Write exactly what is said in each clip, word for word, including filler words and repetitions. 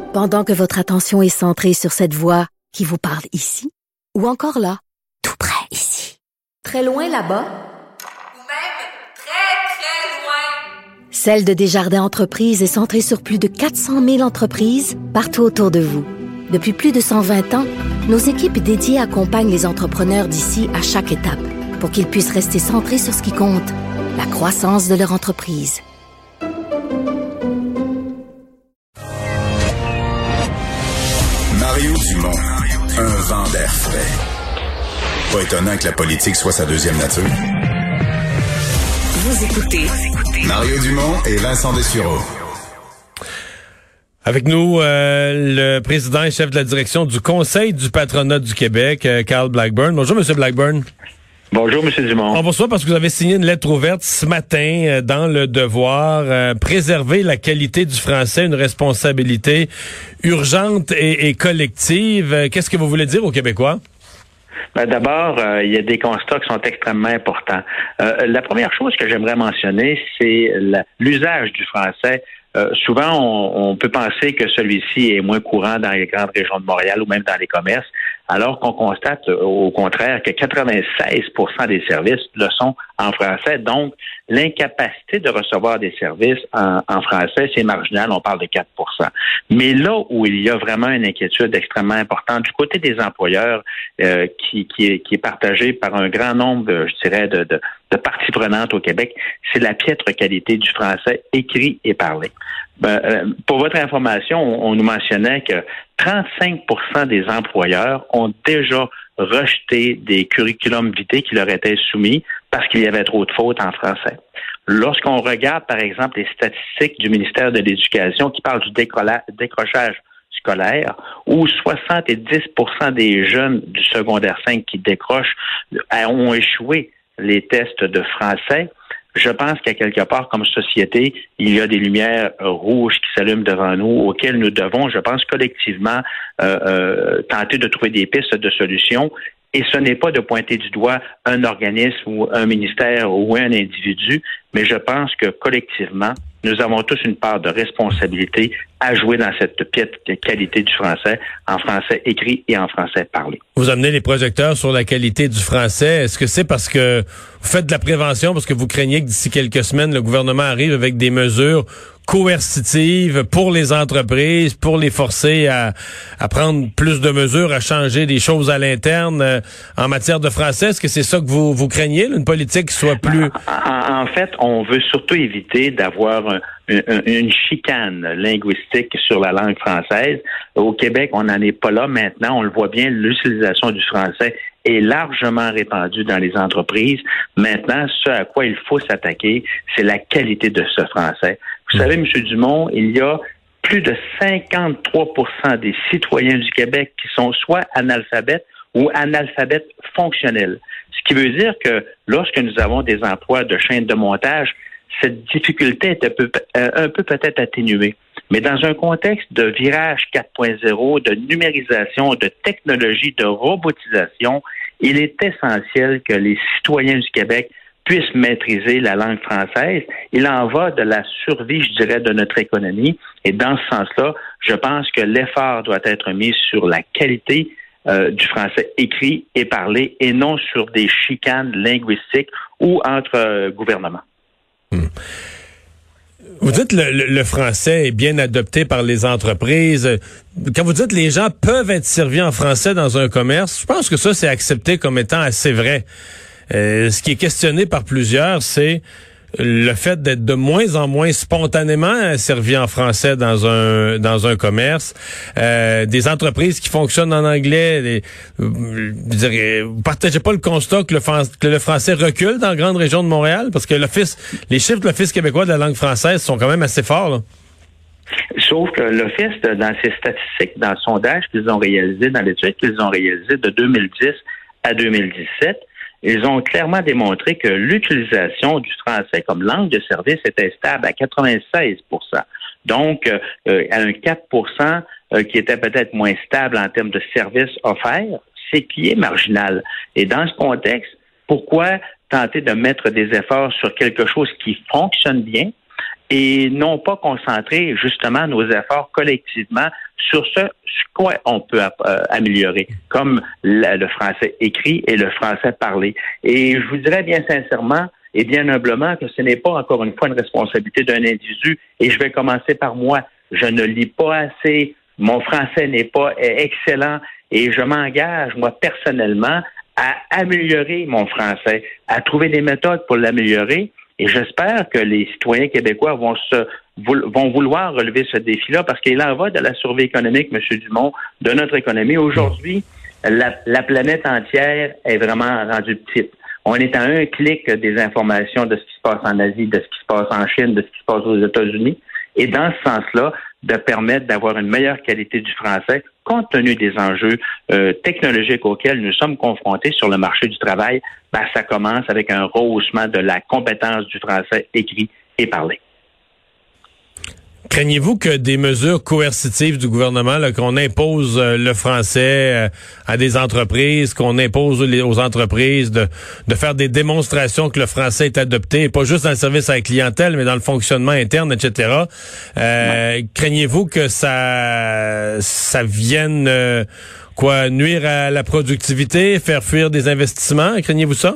Pendant que votre attention est centrée sur cette voix qui vous parle ici, ou encore là, tout près ici, très loin là-bas, ou même très, très loin. Celle de Desjardins Entreprises est centrée sur plus de quatre cent mille entreprises partout autour de vous. Depuis plus de cent vingt ans, nos équipes dédiées accompagnent les entrepreneurs d'ici à chaque étape pour qu'ils puissent rester centrés sur ce qui compte, la croissance de leur entreprise. Mario Dumont, un vent d'air frais. Pas étonnant que la politique soit sa deuxième nature. Vous écoutez Mario Dumont et Vincent Dessureau. Avec nous, euh, le président et chef de la direction du Conseil du patronat du Québec, euh, Carl Blackburn. Bonjour, M. Blackburn. Bonjour, M. Dumont. On vous reçoit parce que vous avez signé une lettre ouverte ce matin euh, dans Le Devoir. Euh, préserver la qualité du français, une responsabilité urgente et, et collective. Euh, qu'est-ce que vous voulez dire aux Québécois? Ben, d'abord, euh, il y a des constats qui sont extrêmement importants. Euh, la première chose que j'aimerais mentionner, c'est la, l'usage du français. Euh, souvent, on, on peut penser que celui-ci est moins courant dans les grandes régions de Montréal ou même dans les commerces, alors qu'on constate au contraire que quatre-vingt-seize pour cent des services le sont en français. Donc, l'incapacité de recevoir des services en, en français, c'est marginal, on parle de quatre pour cent. Mais là où il y a vraiment une inquiétude extrêmement importante du côté des employeurs euh, qui, qui, est, qui est partagée par un grand nombre, je dirais, de, de, de parties prenantes au Québec, c'est la piètre qualité du français écrit et parlé. Ben, euh, pour votre information, on, on nous mentionnait que trente-cinq pour cent des employeurs ont déjà rejeté des curriculums vitae qui leur étaient soumis parce qu'il y avait trop de fautes en français. Lorsqu'on regarde, par exemple, les statistiques du ministère de l'Éducation qui parlent du décolla- décrochage scolaire, où soixante-dix pour cent des jeunes du secondaire cinq qui décrochent ont échoué les tests de français, je pense qu'à quelque part, comme société, il y a des lumières euh, rouges qui s'allument devant nous, auxquelles nous devons, je pense, collectivement euh, euh, tenter de trouver des pistes de solutions. Et ce n'est pas de pointer du doigt un organisme ou un ministère ou un individu, mais je pense que collectivement, nous avons tous une part de responsabilité à jouer dans cette piètre qualité du français, en français écrit et en français parlé. Vous amenez les projecteurs sur la qualité du français. Est-ce que c'est parce que vous faites de la prévention, parce que vous craignez que d'ici quelques semaines, le gouvernement arrive avec des mesures coercitives pour les entreprises, pour les forcer à, à prendre plus de mesures, à changer des choses à l'interne euh, en matière de français? Est-ce que c'est ça que vous, vous craignez, là, une politique qui soit plus... En, en fait, on veut surtout éviter d'avoir un, une, une chicane linguistique sur la langue française. Au Québec, on n'en est pas là maintenant. On le voit bien, l'utilisation du français est largement répandue dans les entreprises. Maintenant, ce à quoi il faut s'attaquer, c'est la qualité de ce français. Vous savez, M. Dumont, il y a plus de cinquante-trois pour cent des citoyens du Québec qui sont soit analphabètes ou analphabètes fonctionnels. Ce qui veut dire que lorsque nous avons des emplois de chaîne de montage, cette difficulté est un peu, un peu peut-être atténuée. Mais dans un contexte de virage quatre point zéro, de numérisation, de technologie, de robotisation, il est essentiel que les citoyens du Québec puissent maîtriser la langue française. Il en va de la survie, je dirais, de notre économie. Et dans ce sens-là, je pense que l'effort doit être mis sur la qualité euh, du français écrit et parlé et non sur des chicanes linguistiques ou entre euh, gouvernements. Hmm. Vous dites le, le, le français est bien adopté par les entreprises. Quand vous dites les gens peuvent être servis en français dans un commerce, je pense que ça, c'est accepté comme étant assez vrai. Euh, ce qui est questionné par plusieurs, c'est le fait d'être de moins en moins spontanément servi en français dans un dans un commerce, euh, des entreprises qui fonctionnent en anglais. Les, je dirais, vous partagez pas le constat que le, que le français recule dans la grande région de Montréal, parce que l'office, les chiffres de l'Office québécois de la langue française sont quand même assez forts, là. Sauf que l'Office, dans ses statistiques, dans le sondage qu'ils ont réalisé, dans l'étude qu'ils ont réalisée de deux mille dix à deux mille dix-sept, ils ont clairement démontré que l'utilisation du français comme langue de service était stable à quatre-vingt-seize pour cent. Donc, euh, à un quatre pour cent euh, qui était peut-être moins stable en termes de services offerts, c'est qui est marginal. Et dans ce contexte, pourquoi tenter de mettre des efforts sur quelque chose qui fonctionne bien et non pas concentrer justement nos efforts collectivement sur ce sur quoi on peut euh, améliorer, comme la, le français écrit et le français parlé. Et je vous dirais bien sincèrement et bien humblement que ce n'est pas encore une fois une responsabilité d'un individu, et je vais commencer par moi. Je ne lis pas assez, mon français n'est pas excellent, et je m'engage, moi, personnellement, à améliorer mon français, à trouver des méthodes pour l'améliorer. Et j'espère que les citoyens québécois vont se vont vouloir relever ce défi-là, parce qu'il en va de la survie économique, M. Dumont, de notre économie. Aujourd'hui, la, la planète entière est vraiment rendue petite. On est à un clic des informations de ce qui se passe en Asie, de ce qui se passe en Chine, de ce qui se passe aux États-Unis. Et dans ce sens-là, de permettre d'avoir une meilleure qualité du français, compte tenu des enjeux euh, technologiques auxquels nous sommes confrontés sur le marché du travail, ben, ça commence avec un rehaussement de la compétence du français écrit et parlé. Craignez-vous que des mesures coercitives du gouvernement, là, qu'on impose euh, le français euh, à des entreprises, qu'on impose les, aux entreprises de, de faire des démonstrations que le français est adopté, pas juste dans le service à la clientèle, mais dans le fonctionnement interne, et cetera. Euh, ouais. Craignez-vous que ça, ça vienne euh, quoi nuire à la productivité, faire fuir des investissements? Craignez-vous ça?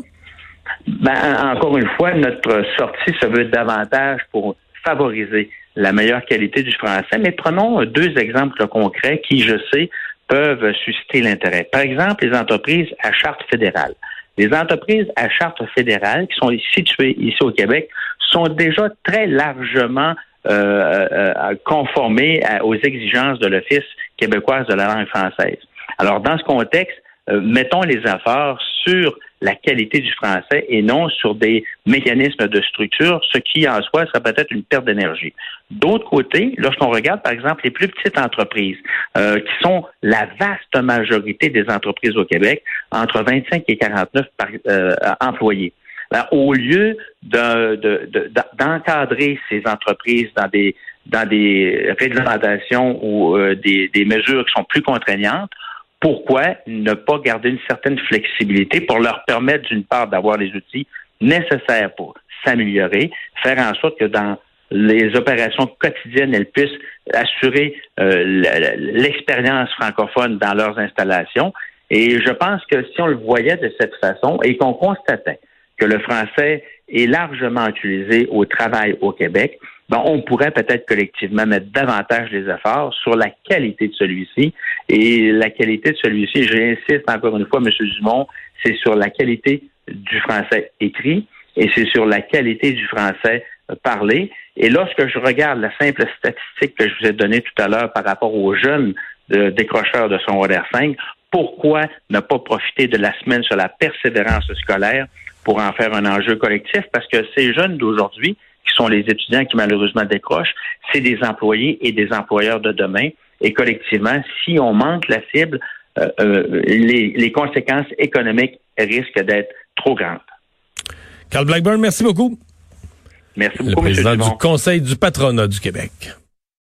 Ben, encore une fois, notre sortie se veut davantage pour favoriser la meilleure qualité du français, mais prenons deux exemples concrets qui, je sais, peuvent susciter l'intérêt. Par exemple, les entreprises à charte fédérale. Les entreprises à charte fédérale qui sont situées ici au Québec sont déjà très largement euh, euh, conformées à, aux exigences de l'Office québécoise de la langue française. Alors, dans ce contexte, euh, mettons les efforts sur la qualité du français et non sur des mécanismes de structure, ce qui en soi serait peut-être une perte d'énergie. D'autre côté, lorsqu'on regarde par exemple les plus petites entreprises, euh, qui sont la vaste majorité des entreprises au Québec, entre vingt-cinq et quarante-neuf par, euh, employés, ben, au lieu de, de, de, d'encadrer ces entreprises dans des dans des réglementations ou euh, des, des mesures qui sont plus contraignantes, pourquoi ne pas garder une certaine flexibilité pour leur permettre, d'une part, d'avoir les outils nécessaires pour s'améliorer, faire en sorte que dans les opérations quotidiennes, elles puissent assurer euh, l'expérience francophone dans leurs installations. Et je pense que si on le voyait de cette façon et qu'on constatait que le français est largement utilisé au travail au Québec, ben, on pourrait peut-être collectivement mettre davantage les efforts sur la qualité de celui-ci. Et la qualité de celui-ci, j'insiste encore une fois, M. Dumont, c'est sur la qualité du français écrit et c'est sur la qualité du français parlé. Et lorsque je regarde la simple statistique que je vous ai donnée tout à l'heure par rapport aux jeunes de décrocheurs de secondaire cinq, pourquoi ne pas profiter de la semaine sur la persévérance scolaire pour en faire un enjeu collectif? Parce que ces jeunes d'aujourd'hui, qui sont les étudiants qui malheureusement décrochent, c'est des employés et des employeurs de demain. Et collectivement, si on manque la cible, euh, euh, les, les conséquences économiques risquent d'être trop grandes. Carl Blackburn, merci beaucoup. Merci beaucoup, le président M. Dumont. du Conseil du patronat du Québec.